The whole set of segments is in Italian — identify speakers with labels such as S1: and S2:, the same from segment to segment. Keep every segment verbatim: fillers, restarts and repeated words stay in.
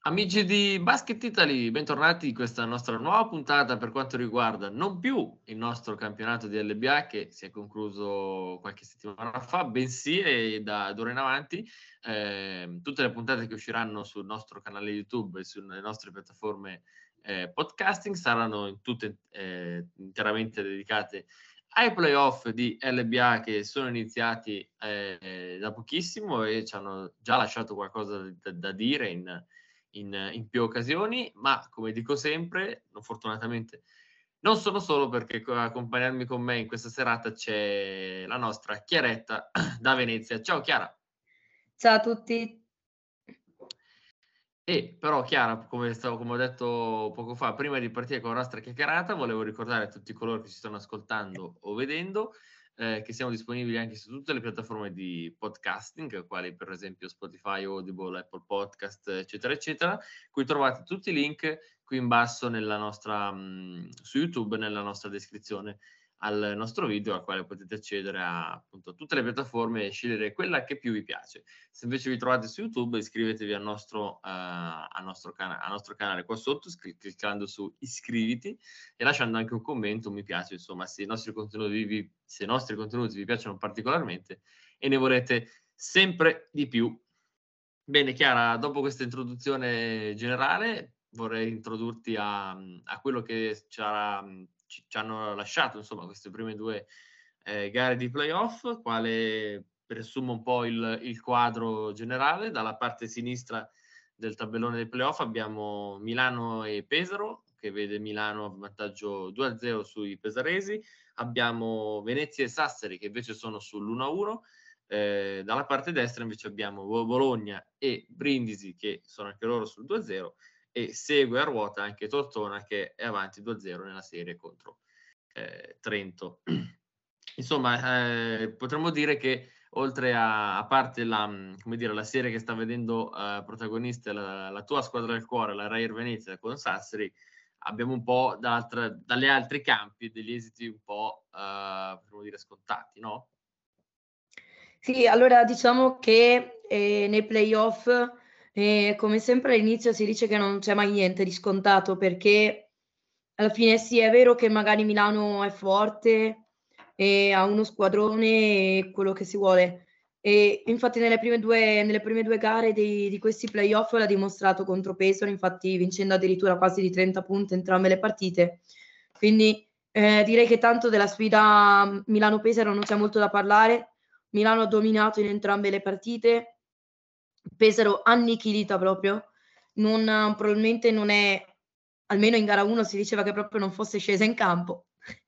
S1: Amici di Basket Italy, bentornati in questa nostra nuova puntata per quanto riguarda non più il nostro campionato di L B A che si è concluso qualche settimana fa, bensì e da d'ora in avanti eh, tutte le puntate che usciranno sul nostro canale YouTube e sulle nostre piattaforme eh, podcasting saranno in tutte eh, interamente dedicate ai playoff di L B A che sono iniziati eh, da pochissimo e ci hanno già lasciato qualcosa da, da dire in in, in più occasioni, ma come dico sempre, non fortunatamente non sono solo perché a accompagnarmi con me in questa serata c'è la nostra Chiaretta da Venezia. Ciao Chiara.
S2: Ciao a tutti.
S1: E però Chiara, come, stavo, come ho detto poco fa, prima di partire con la nostra chiacchierata, volevo ricordare a tutti coloro che ci stanno ascoltando o vedendo eh, che siamo disponibili anche su tutte le piattaforme di podcasting, quali per esempio Spotify, Audible, Apple Podcast, eccetera, eccetera, cui trovate tutti i link qui in basso nella nostra, mh, su YouTube, nella nostra descrizione al nostro video, al quale potete accedere a appunto tutte le piattaforme e scegliere quella che più vi piace. Se invece vi trovate su YouTube, iscrivetevi al nostro, uh, al nostro, cana- al nostro canale qua sotto, scri- cliccando su iscriviti e lasciando anche un commento, un mi piace, insomma, se i nostri contenuti vi, se i nostri contenuti vi piacciono particolarmente e ne volete sempre di più. Bene, Chiara, dopo questa introduzione generale, vorrei introdurti a, a quello che ci, ha, ci, ci hanno lasciato, insomma, queste prime due eh, gare di playoff, quale presumo un po' il, il quadro generale. Dalla parte sinistra del tabellone dei playoff abbiamo Milano e Pesaro, che vede Milano a vantaggio due a zero sui pesaresi. Abbiamo Venezia e Sassari, che invece sono sull'uno a uno. Eh, dalla parte destra invece abbiamo Bologna e Brindisi, che sono anche loro sul due a zero, e segue a ruota anche Tortona, che è avanti due a zero nella serie contro eh, Trento. Insomma, eh, potremmo dire che oltre a, a parte la, come dire, la serie che sta vedendo uh, protagonista la, la tua squadra del cuore, la Reyer Venezia con Sassari, abbiamo un po' dalle altri campi degli esiti un po' uh, potremmo dire scontati, no?
S2: Sì, allora diciamo che eh, nei playoff, eh, come sempre all'inizio si dice che non c'è mai niente di scontato, perché alla fine sì, è vero che magari Milano è forte e ha uno squadrone e quello che si vuole. E infatti nelle prime due, nelle prime due gare di, di questi playoff l'ha dimostrato contro Pesaro, infatti vincendo addirittura quasi di trenta punti entrambe le partite. Quindi eh, direi che tanto della sfida Milano-Pesaro non c'è molto da parlare. Milano ha dominato in entrambe le partite, Pesaro annichilita proprio, non, probabilmente non è, almeno in gara uno si diceva che proprio non fosse scesa in campo.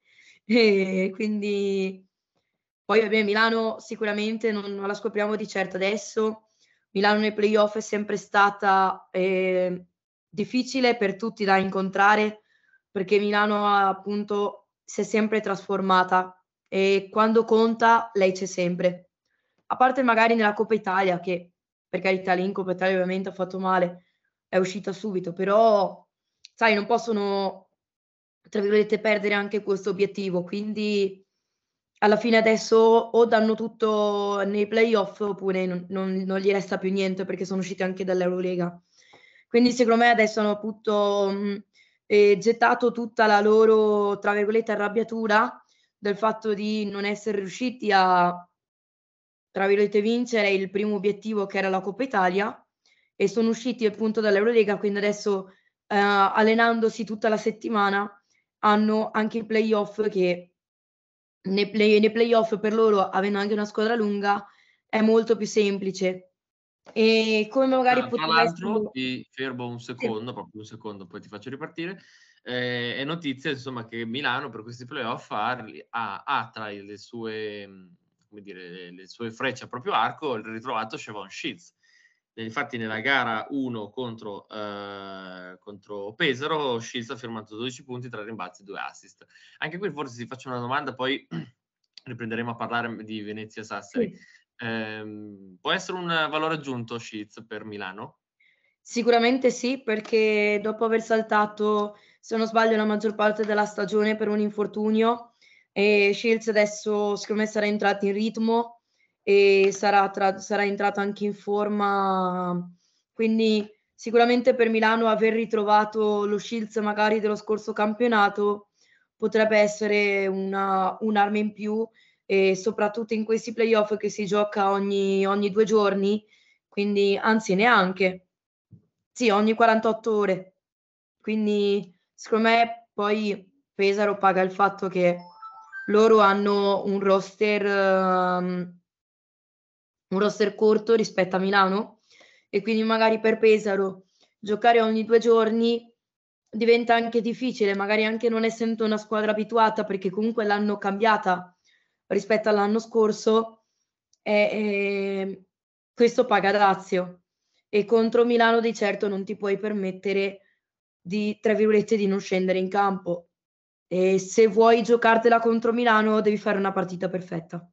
S2: E quindi poi vabbè, Milano sicuramente non, non la scopriamo di certo adesso. Milano nei playoff è sempre stata eh, difficile per tutti da incontrare, perché Milano ha, appunto si è sempre trasformata e quando conta lei c'è sempre. A parte magari nella Coppa Italia, che per carità lì in Coppa Italia ovviamente ha fatto male, è uscita subito, però sai, non possono, tra virgolette, perdere anche questo obiettivo, quindi alla fine adesso o danno tutto nei playoff oppure non, non, non gli resta più niente perché sono usciti anche dall'Eurolega. Quindi secondo me adesso hanno appunto mh, eh, gettato tutta la loro, tra virgolette, arrabbiatura del fatto di non essere riusciti a, tra virgolette, vincere il primo obiettivo che era la Coppa Italia e sono usciti appunto dall'Eurolega, quindi adesso eh, allenandosi tutta la settimana hanno anche i playoff che nei, play, nei playoff per loro, avendo anche una squadra lunga, è molto più semplice. E come magari
S1: Ah, tra
S2: poteva
S1: l'altro,
S2: essere...
S1: ti fermo un
S2: Sì.
S1: secondo, proprio un secondo, poi ti faccio ripartire. Eh, è notizia, insomma, che Milano per questi playoff ha, ha, ha tra le sue, come dire, le, le sue frecce a proprio arco il ritrovato Siobhan Shields. Infatti nella gara uno contro, eh, contro Pesaro, Shields ha firmato dodici punti, tre rimbalzi e due assist. Anche qui forse ti faccio una domanda, poi riprenderemo a parlare di Venezia-Sassari.
S2: Sì.
S1: Ehm, può essere un valore aggiunto Sheets per Milano?
S2: Sicuramente sì, perché dopo aver saltato, se non sbaglio, la maggior parte della stagione per un infortunio, e Shields adesso secondo me sarà entrato in ritmo e sarà, tra, sarà entrato anche in forma, quindi sicuramente per Milano aver ritrovato lo Shields magari dello scorso campionato potrebbe essere una un'arma in più, e soprattutto in questi playoff che si gioca ogni ogni due giorni, quindi anzi neanche. Sì, ogni quarantotto ore. Quindi secondo me poi Pesaro paga il fatto che loro hanno un roster um, un roster corto rispetto a Milano, e quindi magari per Pesaro giocare ogni due giorni diventa anche difficile, magari anche non essendo una squadra abituata, perché comunque l'hanno cambiata rispetto all'anno scorso, e, e questo paga dazio. E contro Milano di certo non ti puoi permettere di, tra virgolette, di non scendere in campo. E se vuoi giocartela contro Milano devi fare una partita perfetta.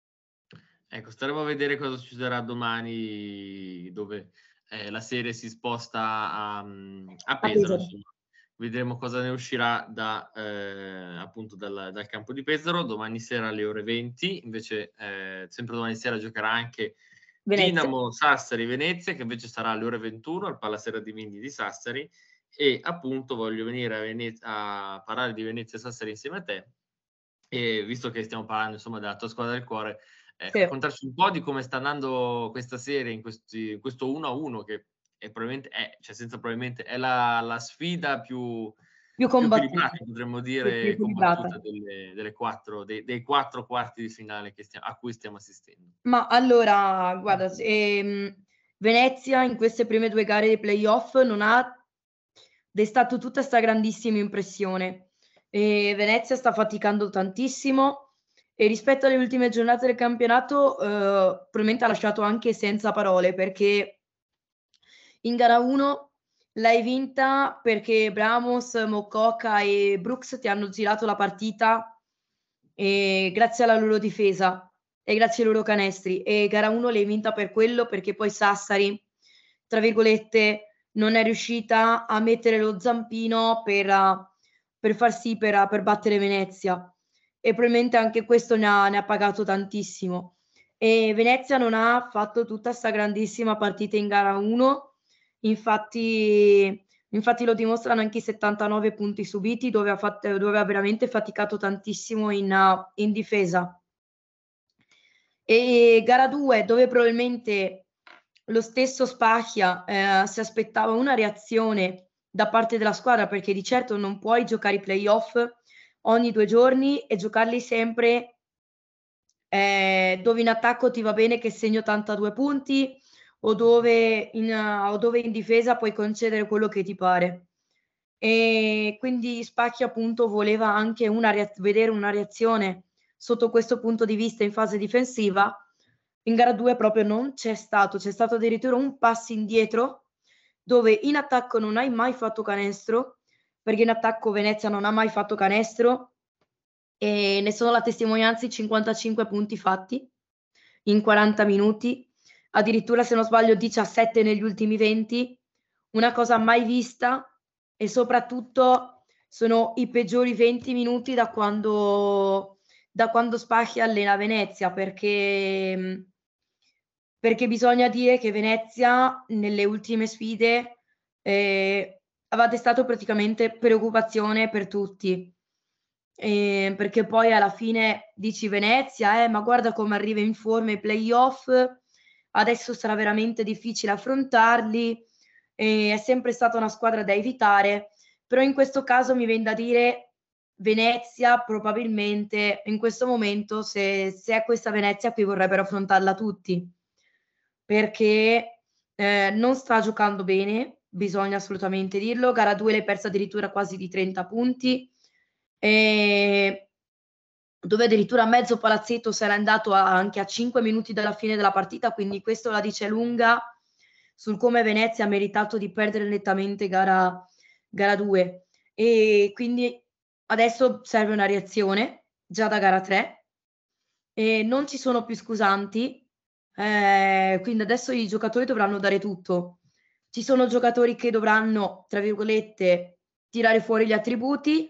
S1: Ecco, staremo a vedere cosa succederà domani, dove eh, la serie si sposta a, mm, a Pesaro. Insomma. Vedremo cosa ne uscirà da, eh, appunto dal, dal campo di Pesaro. Domani sera alle ore venti, invece eh, sempre domani sera giocherà anche Venezia. Dinamo Sassari Venezia, che invece sarà alle ore ventuno al Palasera di Mindi di Sassari. E appunto voglio venire a, Venez- a parlare di Venezia Sassari insieme a te, e visto che stiamo parlando insomma della tua squadra del cuore, eh, sì. Raccontarci un po' di come sta andando questa serie in, questi, in questo uno a uno, che è probabilmente è, cioè senza probabilmente è la, la sfida più, più combattuta, potremmo dire, più combattuta delle, delle quattro, dei, dei quattro quarti di finale che stiamo, a cui stiamo assistendo.
S2: Ma allora, guarda, ehm, Venezia in queste prime due gare di playoff non ha destato tutta questa grandissima impressione. E Venezia sta faticando tantissimo, e rispetto alle ultime giornate del campionato eh, probabilmente ha lasciato anche senza parole, perché in gara uno l'hai vinta perché Bramos, Mococa e Brooks ti hanno girato la partita, e grazie alla loro difesa e grazie ai loro canestri, e gara uno l'hai vinta per quello, perché poi Sassari, tra virgolette, non è riuscita a mettere lo zampino per, per far sì, per, per battere Venezia, e probabilmente anche questo ne ha, ne ha pagato tantissimo. E Venezia non ha fatto tutta questa grandissima partita in gara uno, infatti, infatti lo dimostrano anche i settantanove punti subiti, dove ha, fatto, dove ha veramente faticato tantissimo in, in difesa. E gara due, dove probabilmente lo stesso Spacchia eh, si aspettava una reazione da parte della squadra, perché di certo non puoi giocare i playoff ogni due giorni e giocarli sempre eh, dove in attacco ti va bene che segni ottantadue punti, o dove, in, uh, o dove in difesa puoi concedere quello che ti pare. E quindi Spacchia appunto voleva anche una rea- vedere una reazione sotto questo punto di vista in fase difensiva. In gara due proprio non c'è stato, c'è stato addirittura un passo indietro, dove in attacco non hai mai fatto canestro, perché in attacco Venezia non ha mai fatto canestro, e ne sono la testimonianza i cinquantacinque punti fatti in quaranta minuti, addirittura se non sbaglio diciassette negli ultimi venti, una cosa mai vista, e soprattutto sono i peggiori venti minuti da quando, da quando Spacchia allena Venezia, perché, perché bisogna dire che Venezia nelle ultime sfide eh, aveva destato praticamente preoccupazione per tutti. Eh, perché poi alla fine dici Venezia, eh, ma guarda come arriva in forma ai playoff, adesso sarà veramente difficile affrontarli, eh, è sempre stata una squadra da evitare, però in questo caso mi viene da dire Venezia probabilmente in questo momento, se, se è questa Venezia qui, vorrebbero affrontarla tutti, perché eh, non sta giocando bene, bisogna assolutamente dirlo. Gara due l'hai persa addirittura quasi di trenta punti, e dove addirittura mezzo palazzetto sarà andato a, anche a cinque minuti dalla fine della partita, quindi questo la dice lunga sul come Venezia ha meritato di perdere nettamente gara, gara due, e quindi adesso serve una reazione già da gara tre, e non ci sono più scusanti, eh, quindi adesso i giocatori dovranno dare tutto. Ci sono giocatori che dovranno, tra virgolette, tirare fuori gli attributi.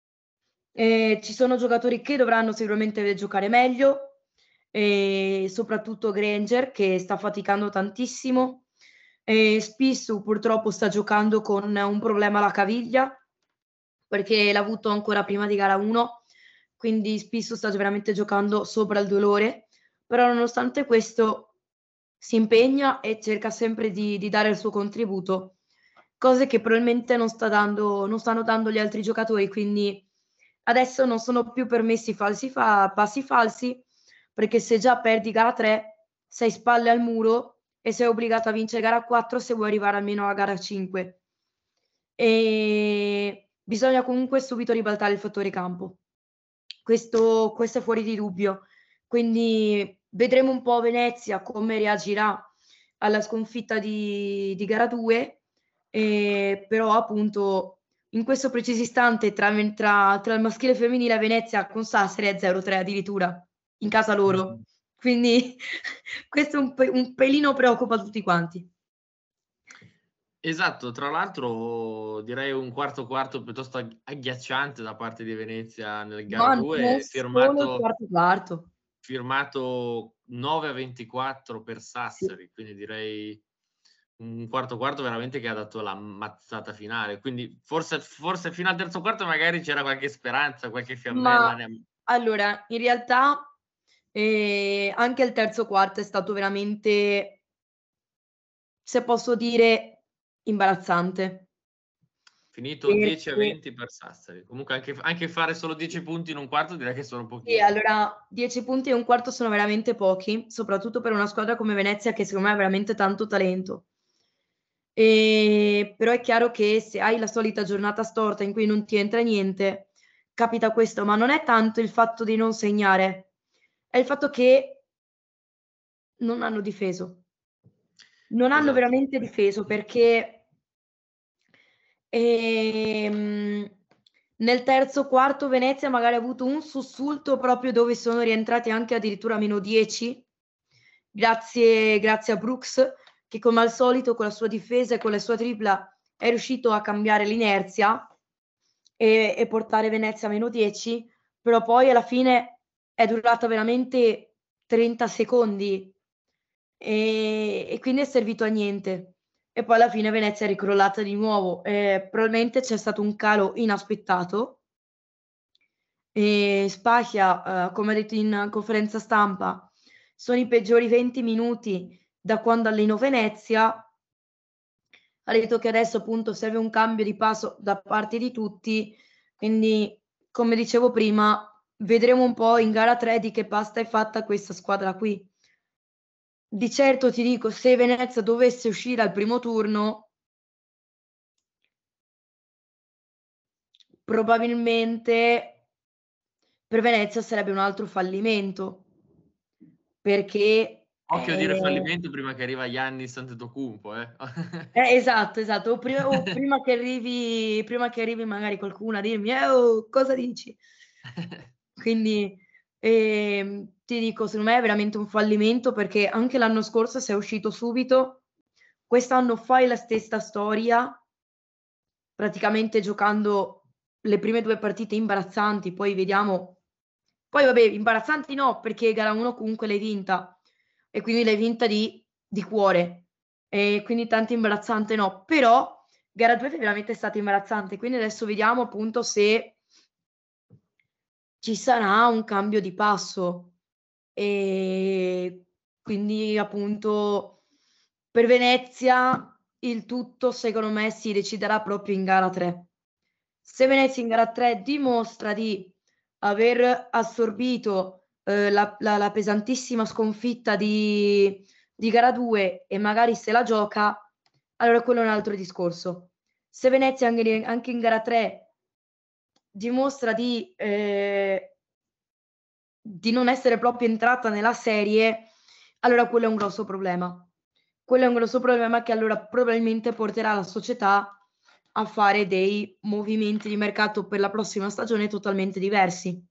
S2: Eh, ci sono giocatori che dovranno sicuramente giocare meglio, e soprattutto Granger che sta faticando tantissimo, E Spissu purtroppo sta giocando con un problema alla caviglia, perché l'ha avuto ancora prima di gara uno, quindi Spissu sta veramente giocando sopra il dolore, però nonostante questo si impegna e cerca sempre di, di dare il suo contributo, cose che probabilmente non, sta dando, non stanno dando gli altri giocatori, quindi adesso non sono più permessi falsi fa, passi falsi, perché se già perdi gara tre sei spalle al muro e sei obbligato a vincere gara quattro se vuoi arrivare almeno a gara cinque. E bisogna comunque subito ribaltare il fattore campo. Questo, questo è fuori di dubbio. Quindi vedremo un po' Venezia come reagirà alla sconfitta di, di gara due, eh, però appunto in questo preciso istante tra, tra, tra il maschile e il femminile Venezia con Sassari è zero tre addirittura in casa loro. Quindi questo un, pe- un pelino preoccupa tutti quanti.
S1: Esatto, tra l'altro direi un quarto quarto piuttosto agghi- agghiacciante da parte di Venezia nel gara
S2: Ma non
S1: due,
S2: solo il
S1: firmato,
S2: quarto quarto.
S1: firmato nove a ventiquattro per
S2: Sì.
S1: Sassari, quindi direi un quarto quarto veramente che ha dato la mazzata finale, quindi forse, forse fino al terzo quarto magari c'era qualche speranza, qualche fiammella.
S2: Ma
S1: Ne...
S2: allora, in realtà eh, anche il terzo quarto è stato veramente, se posso dire, imbarazzante.
S1: Finito dieci a
S2: Perché,
S1: venti per Sassari. Comunque anche, anche fare solo dieci punti in un quarto direi che sono
S2: sì,
S1: pochini.
S2: allora, dieci punti e un quarto sono veramente pochi, soprattutto per una squadra come Venezia che secondo me ha veramente tanto talento. E, però è chiaro che se hai la solita giornata storta in cui non ti entra niente, capita questo, ma non è tanto il fatto di non segnare, è il fatto che non hanno difeso. Non hanno
S1: Esatto.
S2: veramente difeso perché ehm, nel terzo quarto Venezia magari ha avuto un sussulto proprio dove sono rientrati anche addirittura a meno dieci, grazie, grazie a Brooks, che come al solito con la sua difesa e con la sua tripla è riuscito a cambiare l'inerzia e, e portare Venezia a meno dieci, però poi alla fine è durata veramente trenta secondi e, e quindi è servito a niente. E poi alla fine Venezia è ricrollata di nuovo. Eh, probabilmente c'è stato un calo inaspettato. E Spacchia, eh, come ha detto in conferenza stampa, sono i peggiori venti minuti da quando alleno Venezia. Ha detto che adesso appunto serve un cambio di passo da parte di tutti, quindi come dicevo prima, vedremo un po' in gara tre di che pasta è fatta questa squadra qui. Di certo ti dico, se Venezia dovesse uscire al primo turno, probabilmente per Venezia sarebbe un altro fallimento, perché
S1: Occhio a dire
S2: eh,
S1: fallimento prima che arriva Giannis Antetokounmpo, eh.
S2: eh, esatto, esatto, o, pri- o prima che arrivi, prima che arrivi magari qualcuno a dirmi, eh, oh, cosa dici? Quindi ehm, ti dico, secondo me è veramente un fallimento perché anche l'anno scorso sei uscito subito, quest'anno fai la stessa storia, praticamente giocando le prime due partite imbarazzanti, poi vediamo, poi vabbè, imbarazzanti no, perché gara uno comunque l'hai vinta e quindi l'hai vinta di, di cuore, e quindi tanto imbarazzante no, però gara due è veramente stata imbarazzante, quindi adesso vediamo appunto se ci sarà un cambio di passo e quindi appunto per Venezia il tutto secondo me si deciderà proprio in gara tre. Se Venezia in gara tre dimostra di aver assorbito eh, la, la, la pesantissima sconfitta di, di gara due e magari se la gioca, allora quello è un altro discorso. Se Venezia anche, anche in gara tre dimostra di, eh, di non essere proprio entrata nella serie, allora quello è un grosso problema. Quello è un grosso problema che allora probabilmente porterà la società a fare dei movimenti di mercato per la prossima stagione totalmente diversi.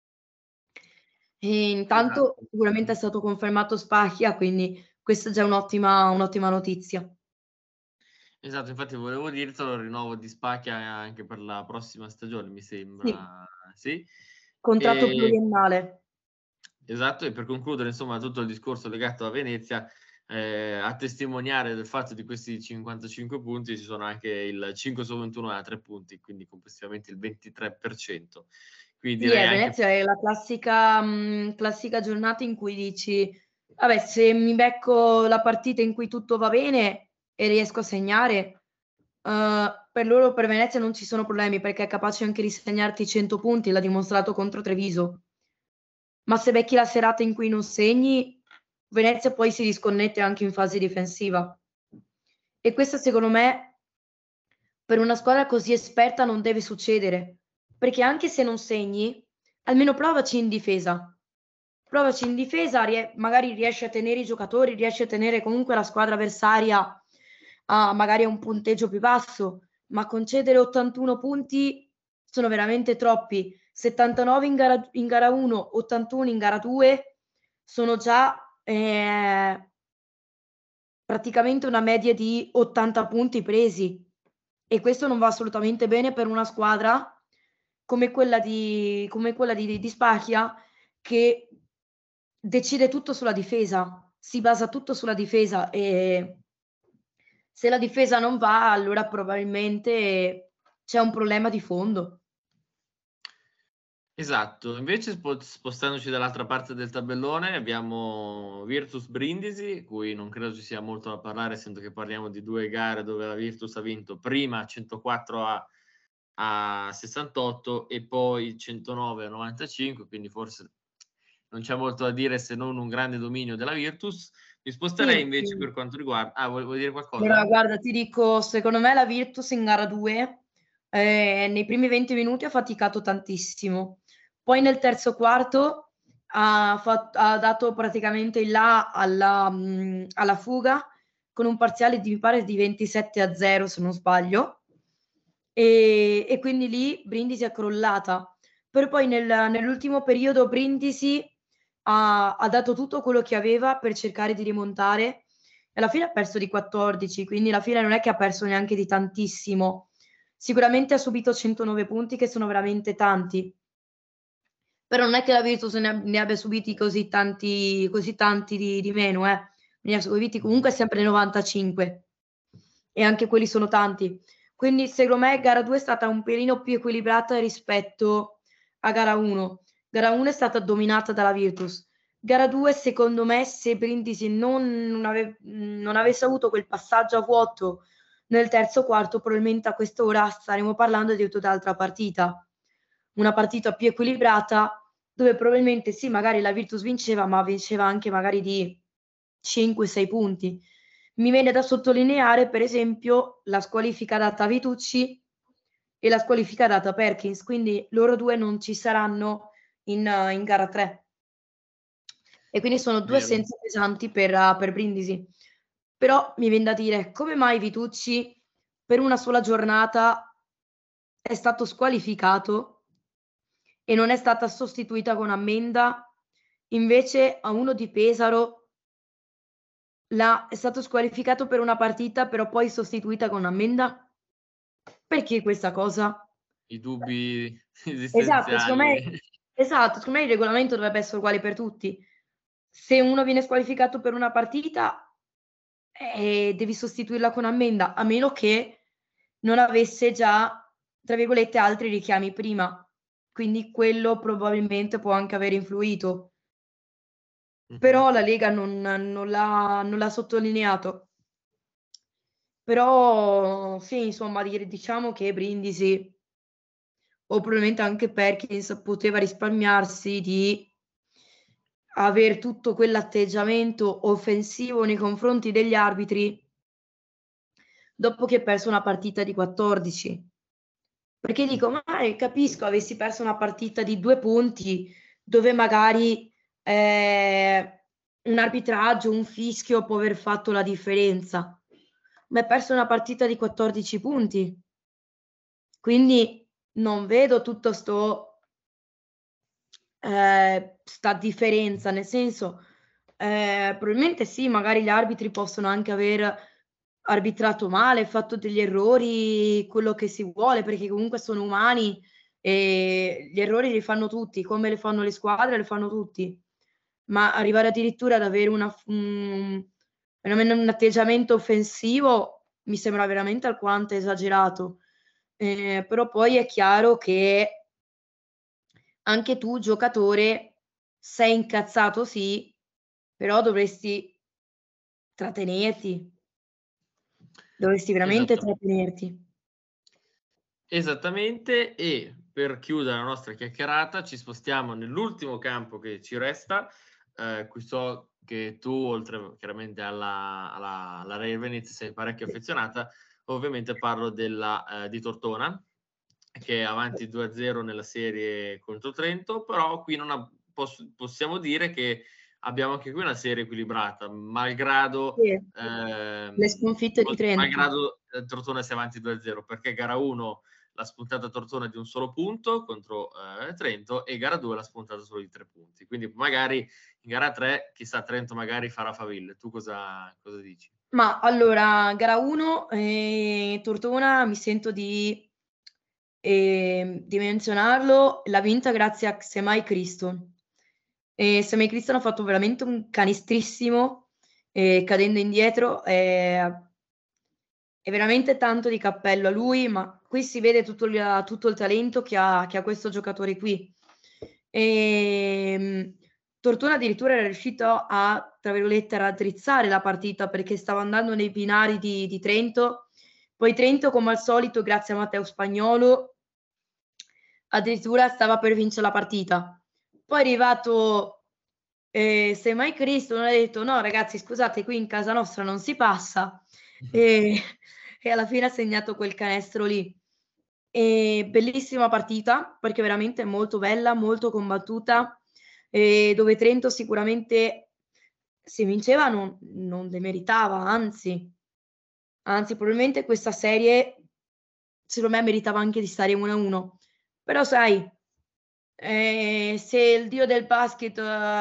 S2: E intanto
S1: Esatto.
S2: sicuramente è stato confermato Spacchia, quindi questa è già un'ottima, un'ottima notizia.
S1: Esatto, infatti volevo dirtelo, il rinnovo di Spacchia anche per la prossima stagione, mi
S2: Sì,
S1: sembra, sì.
S2: contratto
S1: E,
S2: pluriennale.
S1: esatto, e per concludere, insomma, tutto il discorso legato a Venezia, eh, a testimoniare del fatto di questi cinquantacinque punti ci sono anche il cinque su ventuno da tre punti, quindi complessivamente il ventitré per cento. Quindi
S2: Sì,
S1: direi
S2: eh,
S1: anche
S2: Venezia è la classica mhmm, classica giornata in cui dici: "Vabbè, se mi becco la partita in cui tutto va bene e riesco a segnare, uhm, per loro per Venezia non ci sono problemi, perché è capace anche di segnarti cento punti, l'ha dimostrato contro Treviso. Ma se becchi la serata in cui non segni, Venezia poi si disconnette anche in fase difensiva. E questo secondo me, per una squadra così esperta non deve succedere, perché anche se non segni, almeno provaci in difesa. Provaci in difesa, rie magari riesci a tenere i giocatori, riesci a tenere comunque la squadra avversaria a magari a un punteggio più basso, ma concedere ottantuno punti sono veramente troppi. settantanove in gara in gara uno, ottantuno in gara due sono già, ehm praticamente una media di ottanta punti presi, e questo non va assolutamente bene per una squadra come quella di come quella di di Spachia, che decide tutto sulla difesa, si basa tutto sulla difesa, e se la difesa non va allora probabilmente c'è un problema di fondo.
S1: esatto, invece spo spostandoci dall'altra parte del tabellone abbiamo Virtus Brindisi, cui non credo ci sia molto da parlare, essendo che parliamo di due gare dove la Virtus ha vinto prima centoquattro a a sessantotto e poi centonove a novantacinque, quindi forse non c'è molto da dire se non un grande dominio della Virtus. Mi sposterei
S2: Sì,
S1: invece
S2: sì.
S1: per quanto riguarda ah, vuoi vuoi dire
S2: Allora
S1: qualcosa?
S2: guarda, ti dico, secondo me la Virtus in gara due, ehm, nei primi venti minuti ha faticato tantissimo. Poi nel terzo quarto ha fat ha dato praticamente il là alla mhmm, alla fuga con un parziale di mi pare di ventisette a zero se non sbaglio, ehm, e quindi lì Brindisi è crollata. Per poi nel nell'ultimo periodo Brindisi ha ha dato tutto quello che aveva per cercare di rimontare, e alla fine ha perso di quattordici, quindi alla fine non è che ha perso neanche di tantissimo. Sicuramente ha subito centonove punti, che sono veramente tanti, però non è che la Virtus ne ab ne abbia subiti così tanti così tanti di di meno, eh. Ne ha subiti
S1: Mh-mh.
S2: comunque sempre novantacinque, e anche quelli sono tanti. Quindi secondo me gara due è stata un pelino più equilibrata rispetto a gara uno. Gara uno è stata dominata dalla Virtus. Gara due secondo me, se Brindisi non non ave mhmm, non avesse avuto quel passaggio a vuoto nel terzo quarto, probabilmente a quest'ora staremo parlando di tutt'altra partita. Una partita più equilibrata, dove probabilmente sì, magari la Virtus vinceva, ma vinceva anche magari di cinque, sei punti. Mi viene da sottolineare, per esempio, la squalifica data a Vitucci e la squalifica data a Perkins, quindi loro due non ci saranno in in gara tre. E quindi sono due
S1: Vero.
S2: assenze pesanti per per Brindisi. Però mi vien da dire: come mai Vitucci per una sola giornata è stato squalificato e non è stata sostituita con Ammenda, invece a uno di Pesaro l'ha è stato squalificato per una partita, però poi sostituita con Ammenda? Perché questa cosa?
S1: I dubbi
S2: Esatto, secondo
S1: esistenziali.
S2: me esatto, secondo me il regolamento dovrebbe essere uguale per tutti. Se uno viene squalificato per una partita, eh, devi sostituirla con ammenda, a meno che non avesse già, tra virgolette, "altri richiami" prima. Quindi quello probabilmente può anche aver influito.
S1: Mh-mh.
S2: Però la Lega non non l'ha non l'ha sottolineato. Però sì, insomma, dire diciamo che Brindisi, o probabilmente anche Perkins, poteva risparmiarsi di aver tutto quell'atteggiamento offensivo nei confronti degli arbitri dopo che hai perso una partita di quattordici. Perché dico, magari capisco avessi perso una partita di due punti dove magari, ehm, un arbitraggio, un fischio può aver fatto la differenza, ma hai perso una partita di quattordici punti. Quindi non vedo tutto sto ehm, 'sta differenza, nel senso, ehm, probabilmente sì, magari gli arbitri possono anche aver arbitrato male, fatto degli errori, quello che si vuole, perché comunque sono umani e gli errori li fanno tutti, come le fanno le squadre, le fanno tutti. Ma arrivare addirittura ad avere una f mhmm, un atteggiamento offensivo mi sembra veramente alquanto esagerato. Eh, però poi è chiaro che anche tu, giocatore, sei incazzato, sì, però dovresti trattenerti. Dovresti veramente
S1: Esatta
S2: trattenerti.
S1: Esattamente, e per chiudere la nostra chiacchierata ci spostiamo nell'ultimo campo che ci resta. Ehm, qui so che tu, oltre chiaramente alla alla alla Ravenit, sei parecchio affezionata. Ovviamente parlo della ehm, di Tortona, che è avanti due a zero nella serie contro Trento, però qui non ha poss possiamo dire che abbiamo anche qui una serie equilibrata, malgrado
S2: Sì, le
S1: ehm,
S2: sconfitte di
S1: mal
S2: Trento.
S1: malgrado, ehm, Tortona sia avanti due a zero, perché gara uno l'ha spuntata Tortona di un solo punto contro, ehm, Trento, e gara due l'ha spuntata solo di tre punti. Quindi magari in gara tre, chissà, Trento magari farà faville. Tu cosa cosa dici?
S2: Ma allora, gara uno, ehm, Tortona mi sento di ehm, di menzionarlo, l'ha vinta grazie a Xemai Criston. Ehm, Xemai Criston ha fatto veramente un canistrissimo, ehm, cadendo indietro, ehm è veramente tanto di cappello a lui, ma qui si vede tutto il tutto il talento che ha che ha questo giocatore qui. Ehm, Tortona addirittura era riuscito a, tra virgolette, "raddrizzare la partita" perché stava andando nei binari di di Trento. Poi Trento, come al solito, grazie a Matteo Spagnolo, addirittura stava per vincere la partita. Poi è arrivato, ehm, Xemai Criston, ha detto: "No ragazzi, scusate, qui in casa nostra non si passa", e e alla fine ha segnato quel canestro lì. Ehm, bellissima partita, perché veramente molto bella, molto combattuta, ehm, dove Trento sicuramente se vinceva non non demeritava, anzi. Anzi, probabilmente questa serie, secondo me, meritava anche di stare uno a uno. Però sai, ehm, se il dio del basket,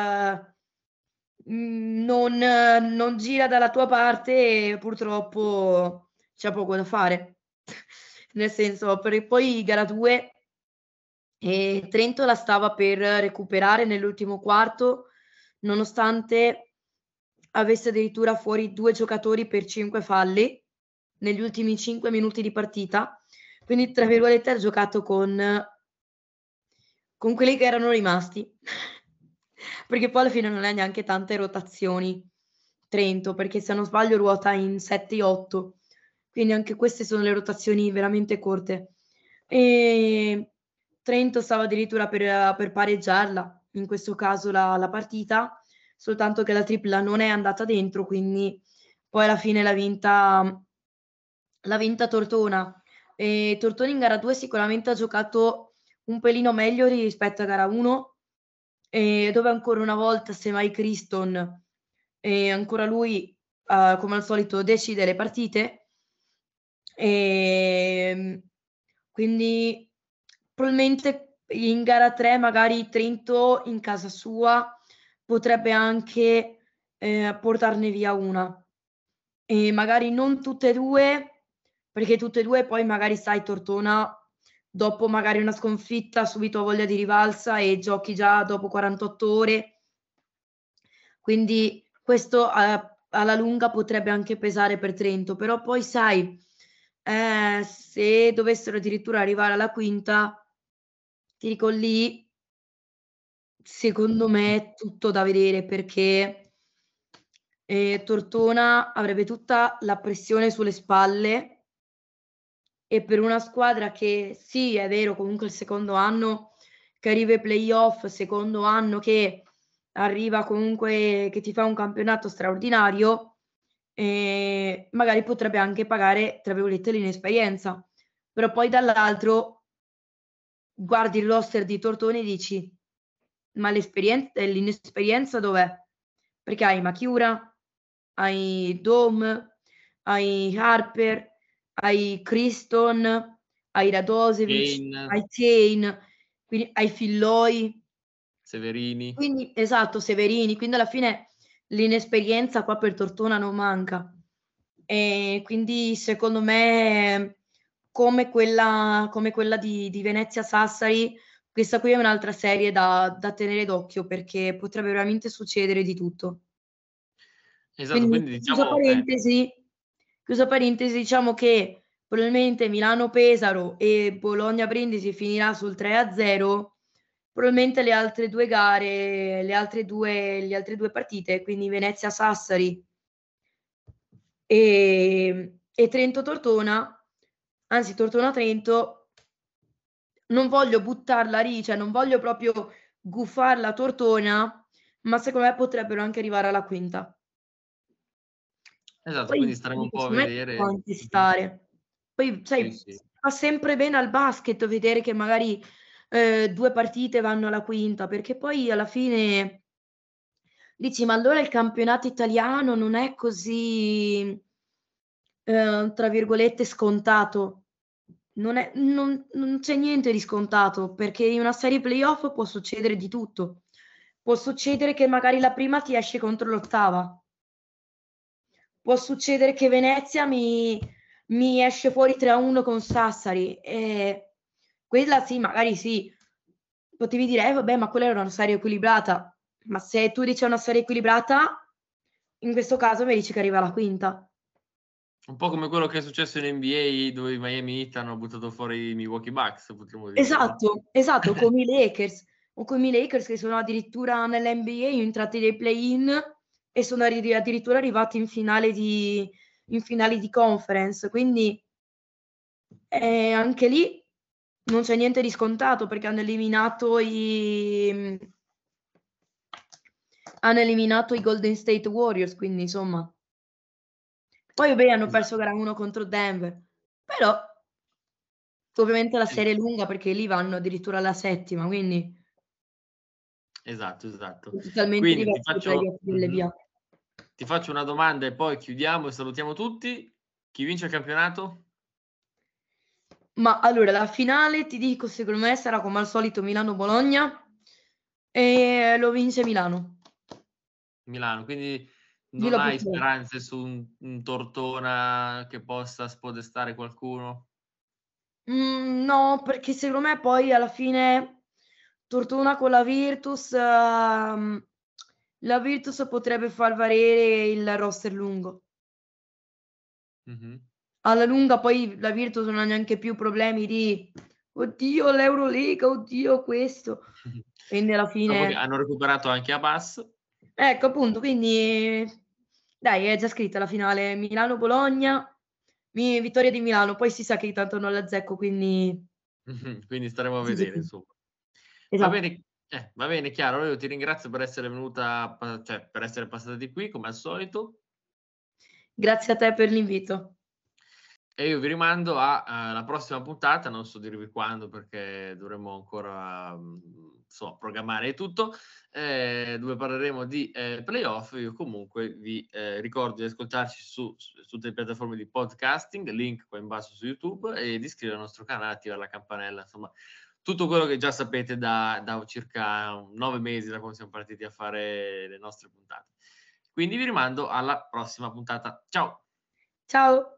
S2: mhmm, non non gira dalla tua parte, purtroppo c'è poco da fare. Nel senso, perché poi gara due, ehm, Trento la stava per recuperare nell'ultimo quarto, nonostante avesse addirittura fuori due giocatori per cinque falli negli ultimi cinque minuti di partita. Quindi, tra virgolette, ha giocato con con quelli che erano rimasti. Perché poi alla fine non ha neanche tante rotazioni Trento, perché se non sbaglio ruota in sette otto, quindi anche queste sono le rotazioni veramente corte. Ehm, Trento stava addirittura per per pareggiarla, in questo caso la la partita, soltanto che la tripla non è andata dentro, quindi poi alla fine l'ha vinta l'ha vinta Tortona. Ehm, Tortona in gara due sicuramente ha giocato un pelino meglio rispetto a gara uno, ehm, dove ancora una volta Xemai Criston, ehm, ancora lui, uhm, come al solito decide le partite. Ehm, quindi probabilmente in gara tre magari Trento in casa sua potrebbe anche, ehm, portarne via una. E magari non tutte e due, perché tutte e due poi magari sai Tortona dopo magari una sconfitta subito ha voglia di rivalsa e giochi già dopo quarantotto ore. Quindi questo a alla lunga potrebbe anche pesare per Trento, però poi sai, ehm, se dovessero addirittura arrivare alla quinta, ti dico lì secondo me è tutto da vedere perché, ehm, Tortona avrebbe tutta la pressione sulle spalle e per una squadra che sì, è vero, comunque il secondo anno che arriva ai playoff, secondo anno che arriva comunque che ti fa un campionato straordinario, ehm, magari potrebbe anche pagare, tra virgolette, "l'inesperienza". Però poi dall'altro guardi il roster di Tortona e dici: "Ma l'esperien ehm, l'inesperienza dov'è?" Perché hai Machiura, hai Dome, hai Harper, hai Criston, hai Radosevic,
S1: Kane,
S2: hai Kane, quindi hai Filloy.
S1: Severini.
S2: Quindi esatto, Severini, quindi alla fine l'inesperienza qua per Tortona non manca. E quindi secondo me come quella come quella di di Venezia-Sassari, questa qui è un'altra serie da da tenere d'occhio perché potrebbe veramente succedere di tutto.
S1: Esatto,
S2: Quindi,
S1: quindi
S2: chiusa
S1: diciamo eh.
S2: parentesi chiusa parentesi, diciamo che probabilmente Milano-Pesaro e Bologna-Brindisi finirà sul tre a zero, probabilmente le altre due gare le altre due le altre due partite, quindi Venezia-Sassari ehm, e Trento-Tortona, anzi Tortona-Trento, non voglio buttarla lì, cioè non voglio proprio guffarla a Tortona, ma secondo me potrebbero anche arrivare alla quinta.
S1: Esatto, quindi
S2: Poi
S1: staremo un
S2: dico,
S1: po' a
S2: secondo me ci può
S1: vedere.
S2: anche
S1: Mh-mh.
S2: stare. Poi
S1: Sì,
S2: sai,
S1: sì.
S2: fa sempre bene al basket vedere che magari, ehm, due partite vanno alla quinta, perché poi alla fine dici: "Ma allora il campionato italiano non è così, ehm, tra virgolette "scontato"." Non è non non c'è niente di scontato, perché in una serie playoff può succedere di tutto. Può succedere che magari la prima ti esce contro l'ottava. Può succedere che Venezia mi mi esce fuori tre a uno con Sassari, e quella sì, magari sì. Potevi dire: "Eh vabbè, ma quella era una serie equilibrata." Ma se tu dici è una serie equilibrata, in questo caso mi dici che arriva alla quinta.
S1: Un po' come quello che è successo in N B A dove i Miami Heat hanno buttato fuori i Milwaukee Bucks, potremmo dire, no?
S2: Esatto, esatto, come i Lakers, o come i Lakers che sono addirittura nell'N B A entrati nei play-in e sono arri addirittura arrivati in finale di in finale di conference. Quindi ehm, anche lì non c'è niente di scontato perché hanno eliminato i mhmm hanno eliminato i Golden State Warriors, quindi insomma. Poi vabbè hanno perso
S1: Esatto.
S2: gara uno contro Denver, però ovviamente la
S1: Es
S2: serie è lunga perché lì vanno addirittura alla settima, quindi
S1: Esatto, esatto.
S2: È totalmente
S1: Quindi ti
S2: diverso dai
S1: faccio
S2: playoff di
S1: mh-mh.
S2: N B A.
S1: Ti faccio una domanda e poi chiudiamo e salutiamo tutti. Chi vince il campionato?
S2: Ma allora la finale ti dico, secondo me sarà come al solito Milano-Bologna e lo vince Milano.
S1: Milano, quindi non
S2: Dillo
S1: hai
S2: pure te.
S1: speranze su un un Tortona che possa spodestare qualcuno?
S2: Mhmm, no, perché secondo me poi alla fine Tortona con la Virtus mhmm, la Virtus potrebbe far valere il roster lungo.
S1: Mh-mh.
S2: Alla lunga poi la Virtus non ha neanche più problemi di: "Oddio l'Eurolega, oddio questo." Quindi alla
S1: Dopo che
S2: fine
S1: hanno recuperato anche Abbas.
S2: ecco appunto, quindi dai è già scritta la finale Milano-Bologna, mi vittoria di Milano, poi si sa che tanto non l'azzecco, quindi
S1: Mh-mh. Quindi staremo a
S2: sì, sì,
S1: vedere
S2: sì.
S1: insomma. Va
S2: Esatto.
S1: bene eh, va bene Chiara, allora io ti ringrazio per essere venuta pa cioè per essere passata di qui come al solito.
S2: Grazie a te per l'invito.
S1: E io vi rimando a, uhm, la prossima puntata, non so dirvi quando perché dovremmo ancora, mhmm, insomma programmare e tutto, ehm, dove parleremo di, ehm, playoff. Io comunque vi, ehm, ricordo di ascoltarci su s su tutte le piattaforme di podcasting, link qua in basso su YouTube, e di iscrivervi al nostro canale, attivare la campanella, insomma tutto quello che già sapete da da circa nove mesi da quando siamo partiti a fare le nostre puntate. Quindi vi rimando alla prossima puntata. Ciao.
S2: Ciao.